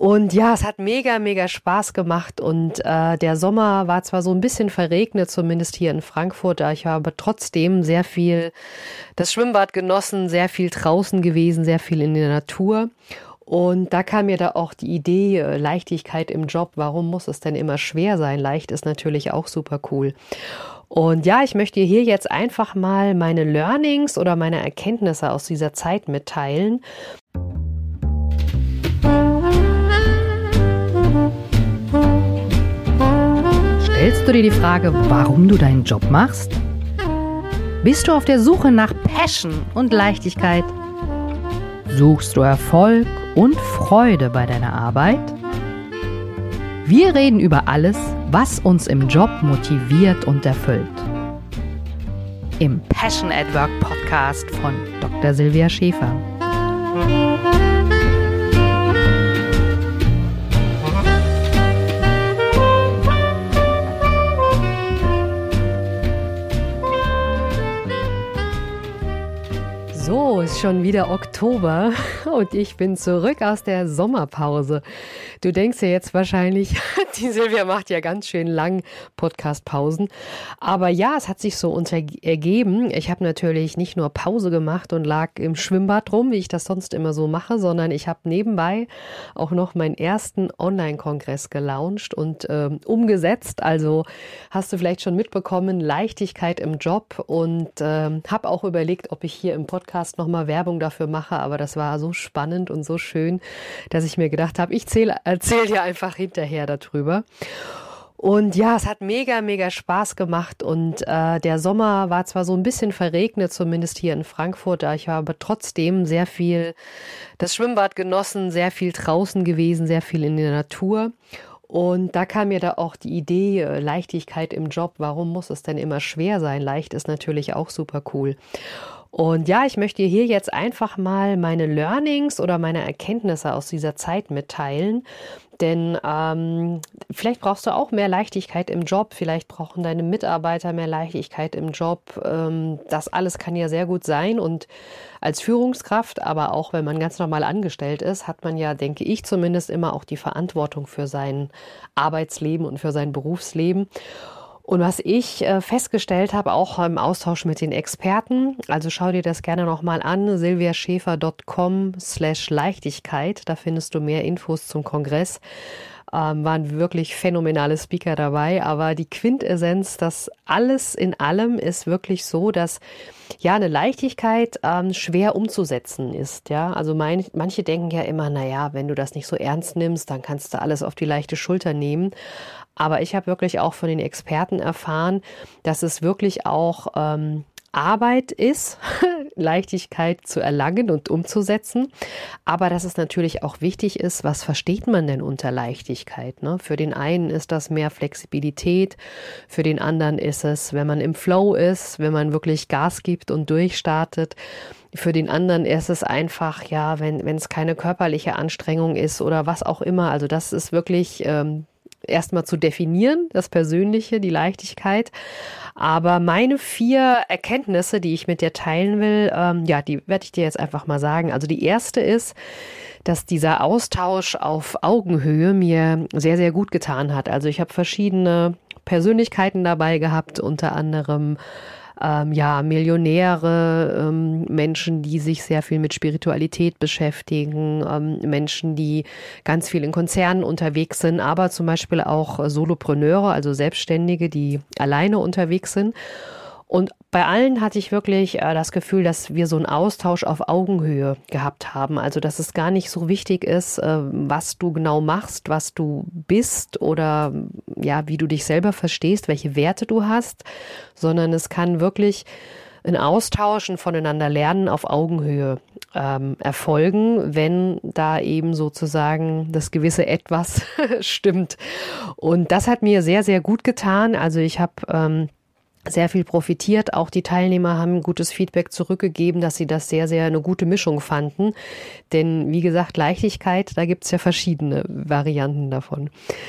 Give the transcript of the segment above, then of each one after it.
Und ja, es hat mega, mega Spaß gemacht und der Sommer war zwar so ein bisschen verregnet, zumindest hier in Frankfurt, aber ich habe trotzdem sehr viel das Schwimmbad genossen, sehr viel draußen gewesen, sehr viel in der Natur. Und da kam mir da auch die Idee, Leichtigkeit im Job, warum muss es denn immer schwer sein? Leicht ist natürlich auch super cool. Und ja, ich möchte dir hier jetzt einfach mal meine Learnings oder meine Erkenntnisse aus dieser Zeit mitteilen. Stellst du dir die Frage, warum du deinen Job machst? Bist du auf der Suche nach Passion und Leichtigkeit? Suchst du Erfolg und Freude bei deiner Arbeit? Wir reden über alles, was uns im Job motiviert und erfüllt. Im Passion at Work Podcast von Dr. Silvia Schäfer. So, ist schon wieder Oktober und ich bin zurück aus der Sommerpause. Du denkst ja jetzt wahrscheinlich, die Silvia macht ja ganz schön lang Podcast-Pausen. Aber ja, es hat sich so ergeben. Ich habe natürlich nicht nur Pause gemacht und lag im Schwimmbad rum, wie ich das sonst immer so mache, sondern ich habe nebenbei auch noch meinen ersten Online-Kongress gelauncht und umgesetzt. Also hast du vielleicht schon mitbekommen, Leichtigkeit im Job und habe auch überlegt, ob ich hier im Podcast nochmal Werbung dafür mache, aber das war so spannend und so schön, dass ich mir gedacht habe, ich erzähl dir einfach hinterher darüber. Und ja, es hat mega, mega Spaß gemacht und der Sommer war zwar so ein bisschen verregnet, zumindest hier in Frankfurt, aber ich habe trotzdem sehr viel das Schwimmbad genossen, sehr viel draußen gewesen, sehr viel in der Natur. Und da kam mir da auch die Idee, Leichtigkeit im Job, warum muss es denn immer schwer sein? Leicht ist natürlich auch super cool. Und ja, ich möchte dir hier jetzt einfach mal meine Learnings oder meine Erkenntnisse aus dieser Zeit mitteilen. Denn vielleicht brauchst du auch mehr Leichtigkeit im Job, vielleicht brauchen deine Mitarbeiter mehr Leichtigkeit im Job. Das alles kann ja sehr gut sein und als Führungskraft, aber auch wenn man ganz normal angestellt ist, hat man ja, denke ich zumindest, immer auch die Verantwortung für sein Arbeitsleben und für sein Berufsleben. Und was ich festgestellt habe, auch im Austausch mit den Experten, also schau dir das gerne nochmal an, silviaschäfer.com/Leichtigkeit, da findest du mehr Infos zum Kongress. Waren wirklich phänomenale Speaker dabei, aber die Quintessenz, das alles in allem ist wirklich so, dass ja eine Leichtigkeit schwer umzusetzen ist. Ja, also manche denken ja immer, naja, wenn du das nicht so ernst nimmst, dann kannst du alles auf die leichte Schulter nehmen. Aber ich habe wirklich auch von den Experten erfahren, dass es wirklich auch Arbeit ist, Leichtigkeit zu erlangen und umzusetzen. Aber dass es natürlich auch wichtig ist, was versteht man denn unter Leichtigkeit? Ne? Für den einen ist das mehr Flexibilität, für den anderen ist es, wenn man im Flow ist, wenn man wirklich Gas gibt und durchstartet. Für den anderen ist es einfach, ja, wenn es keine körperliche Anstrengung ist oder was auch immer. Also das ist wirklich erstmal zu definieren, das Persönliche, die Leichtigkeit. Aber meine 4 Erkenntnisse, die ich mit dir teilen will, ja, die werde ich dir jetzt einfach mal sagen. Also die erste ist, dass dieser Austausch auf Augenhöhe mir sehr, sehr gut getan hat. Also ich habe verschiedene Persönlichkeiten dabei gehabt, unter anderem Millionäre, Menschen, die sich sehr viel mit Spiritualität beschäftigen, Menschen, die ganz viel in Konzernen unterwegs sind, aber zum Beispiel auch Solopreneure, also Selbstständige, die alleine unterwegs sind. Und bei allen hatte ich wirklich das Gefühl, dass wir so einen Austausch auf Augenhöhe gehabt haben. Also, dass es gar nicht so wichtig ist, was du genau machst, was du bist oder ja, wie du dich selber verstehst, welche Werte du hast, sondern es kann wirklich ein Austausch und voneinander lernen auf Augenhöhe erfolgen, wenn da eben sozusagen das gewisse Etwas stimmt. Und das hat mir sehr, sehr gut getan. Also ich habe sehr viel profitiert. Auch die Teilnehmer haben gutes Feedback zurückgegeben, dass sie das sehr, sehr eine gute Mischung fanden. Denn wie gesagt, Leichtigkeit, da gibt's ja verschiedene Varianten davon.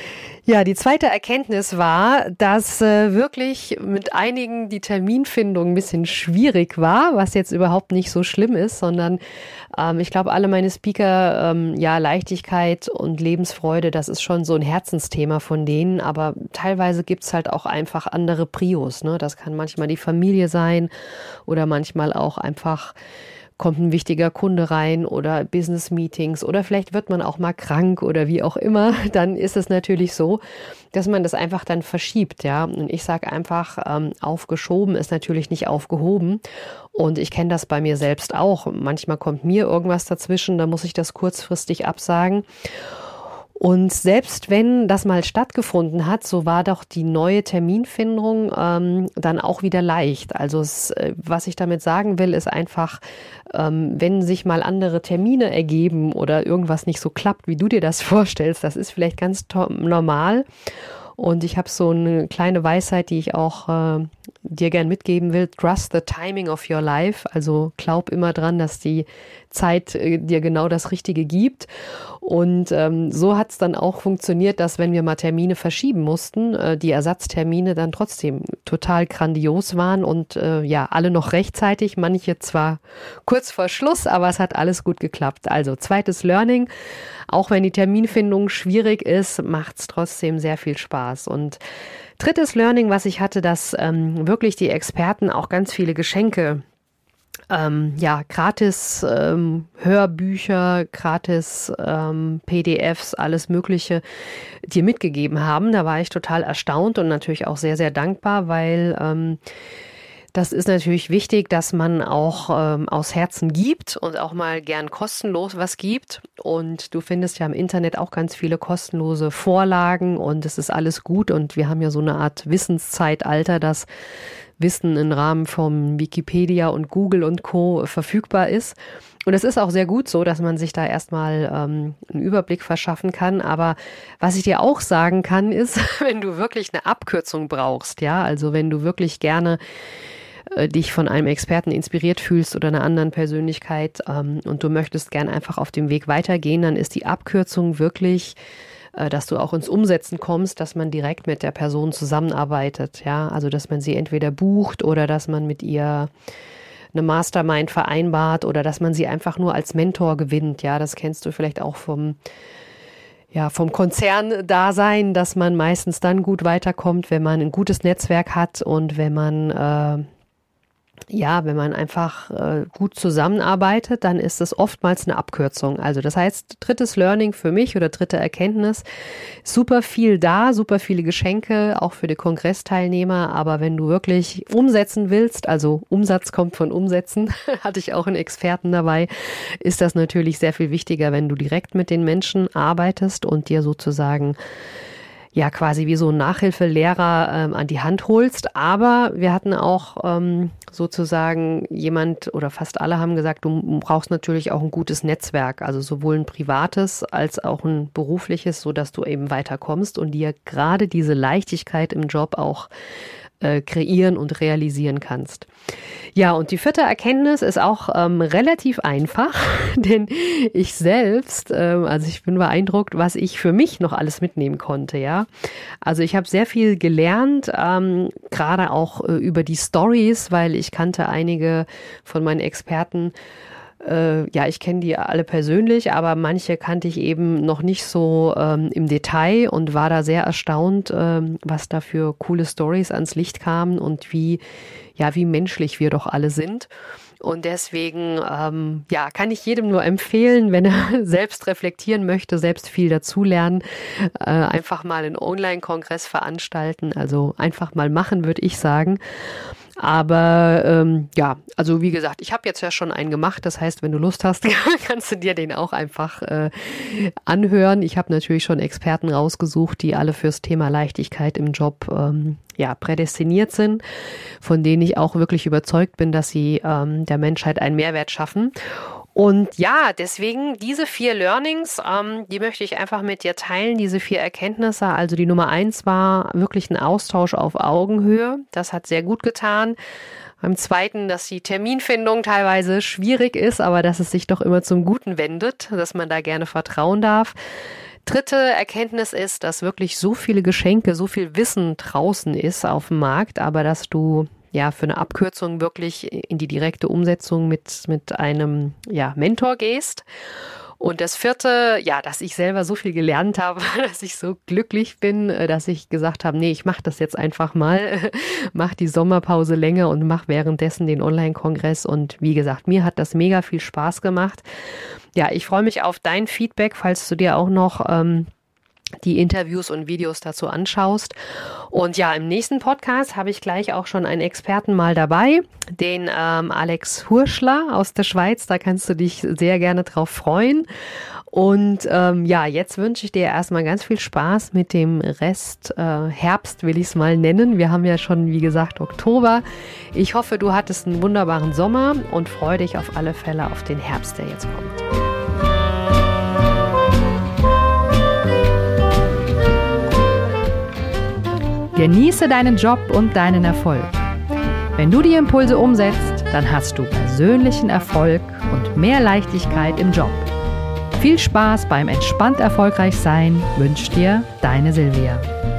Ja, die zweite Erkenntnis war, dass wirklich mit einigen die Terminfindung ein bisschen schwierig war, was jetzt überhaupt nicht so schlimm ist, sondern ich glaube, alle meine Speaker, ja, Leichtigkeit und Lebensfreude, das ist schon so ein Herzensthema von denen, aber teilweise gibt's halt auch einfach andere Prios, ne? Das kann manchmal die Familie sein oder manchmal auch einfach kommt ein wichtiger Kunde rein oder Business-Meetings oder vielleicht wird man auch mal krank oder wie auch immer, dann ist es natürlich so, dass man das einfach dann verschiebt, ja. Und ich sage einfach, aufgeschoben ist natürlich nicht aufgehoben. Und ich kenne das bei mir selbst auch. Manchmal kommt mir irgendwas dazwischen, da muss ich das kurzfristig absagen. Und selbst wenn das mal stattgefunden hat, so war doch die neue Terminfindung dann auch wieder leicht. Also was ich damit sagen will, ist einfach, wenn sich mal andere Termine ergeben oder irgendwas nicht so klappt, wie du dir das vorstellst, das ist vielleicht ganz normal. Und ich habe so eine kleine Weisheit, die ich auch dir gern mitgeben will. Trust the timing of your life. Also glaub immer dran, dass die Zeit dir genau das Richtige gibt. Und so hat es dann auch funktioniert, dass wenn wir mal Termine verschieben mussten, die Ersatztermine dann trotzdem total grandios waren und ja, alle noch rechtzeitig, manche zwar kurz vor Schluss, aber es hat alles gut geklappt. Also zweites Learning, auch wenn die Terminfindung schwierig ist, macht es trotzdem sehr viel Spaß. Und drittes Learning, was ich hatte, dass wirklich die Experten auch ganz viele Geschenke, ja, gratis Hörbücher, gratis PDFs, alles Mögliche dir mitgegeben haben. Da war ich total erstaunt und natürlich auch sehr, sehr dankbar, weil das ist natürlich wichtig, dass man auch aus Herzen gibt und auch mal gern kostenlos was gibt. Und du findest ja im Internet auch ganz viele kostenlose Vorlagen und es ist alles gut. Und wir haben ja so eine Art Wissenszeitalter, das Wissen im Rahmen von Wikipedia und Google und Co. verfügbar ist. Und es ist auch sehr gut so, dass man sich da erstmal einen Überblick verschaffen kann. Aber was ich dir auch sagen kann, ist, wenn du wirklich eine Abkürzung brauchst, ja, also wenn du wirklich gerne dich von einem Experten inspiriert fühlst oder einer anderen Persönlichkeit und du möchtest gern einfach auf dem Weg weitergehen, dann ist die Abkürzung wirklich, dass du auch ins Umsetzen kommst, dass man direkt mit der Person zusammenarbeitet, ja, also dass man sie entweder bucht oder dass man mit ihr eine Mastermind vereinbart oder dass man sie einfach nur als Mentor gewinnt, ja, das kennst du vielleicht auch vom Konzern-Dasein, dass man meistens dann gut weiterkommt, wenn man ein gutes Netzwerk hat und wenn man wenn man einfach gut zusammenarbeitet, dann ist es oftmals eine Abkürzung. Also das heißt, drittes Learning für mich oder dritte Erkenntnis, super viel da, super viele Geschenke, auch für die Kongressteilnehmer, aber wenn du wirklich umsetzen willst, also Umsatz kommt von Umsetzen, hatte ich auch einen Experten dabei, ist das natürlich sehr viel wichtiger, wenn du direkt mit den Menschen arbeitest und dir sozusagen ja quasi wie so ein Nachhilfelehrer an die Hand holst. Aber wir hatten auch sozusagen jemand oder fast alle haben gesagt, du brauchst natürlich auch ein gutes Netzwerk, also sowohl ein privates als auch ein berufliches, sodass du eben weiterkommst und dir gerade diese Leichtigkeit im Job auch kreieren und realisieren kannst. Ja, und die vierte Erkenntnis ist auch relativ einfach, denn ich selbst, also ich bin beeindruckt, was ich für mich noch alles mitnehmen konnte, ja. Also ich habe sehr viel gelernt, gerade auch über die Stories, weil ich kannte einige von meinen Experten. Ich kenne die alle persönlich, aber manche kannte ich eben noch nicht so im Detail und war da sehr erstaunt, was da für coole Stories ans Licht kamen und wie menschlich wir doch alle sind. Und deswegen, kann ich jedem nur empfehlen, wenn er selbst reflektieren möchte, selbst viel dazulernen, einfach mal einen Online-Kongress veranstalten, also einfach mal machen, würde ich sagen. Aber also wie gesagt, ich habe jetzt ja schon einen gemacht. Das heißt, wenn du Lust hast, kannst du dir den auch einfach anhören. Ich habe natürlich schon Experten rausgesucht, die alle fürs Thema Leichtigkeit im Job prädestiniert sind, von denen ich auch wirklich überzeugt bin, dass sie der Menschheit einen Mehrwert schaffen. Und ja, deswegen diese 4 Learnings, die möchte ich einfach mit dir teilen, diese 4 Erkenntnisse. Also die Nummer 1 war wirklich ein Austausch auf Augenhöhe. Das hat sehr gut getan. Beim zweiten, dass die Terminfindung teilweise schwierig ist, aber dass es sich doch immer zum Guten wendet, dass man da gerne vertrauen darf. dritte Erkenntnis ist, dass wirklich so viele Geschenke, so viel Wissen draußen ist auf dem Markt, aber dass du für eine Abkürzung wirklich in die direkte Umsetzung mit einem Mentor gehst. Und das vierte, dass ich selber so viel gelernt habe, dass ich so glücklich bin, dass ich gesagt habe, nee, ich mache das jetzt einfach mal, mach die Sommerpause länger und mach währenddessen den Online-Kongress. Und wie gesagt, mir hat das mega viel Spaß gemacht. Ja, ich freue mich auf dein Feedback, falls du dir auch noch die Interviews und Videos dazu anschaust. Und ja, im nächsten Podcast habe ich gleich auch schon einen Experten mal dabei, den Alex Hurschler aus der Schweiz. Da kannst du dich sehr gerne drauf freuen. Und jetzt wünsche ich dir erstmal ganz viel Spaß mit dem Rest Herbst, will ich es mal nennen. Wir haben ja schon, wie gesagt, Oktober. Ich hoffe, du hattest einen wunderbaren Sommer und freue dich auf alle Fälle auf den Herbst, der jetzt kommt. Genieße deinen Job und deinen Erfolg. Wenn du die Impulse umsetzt, dann hast du persönlichen Erfolg und mehr Leichtigkeit im Job. Viel Spaß beim entspannt erfolgreich sein wünscht dir deine Silvia.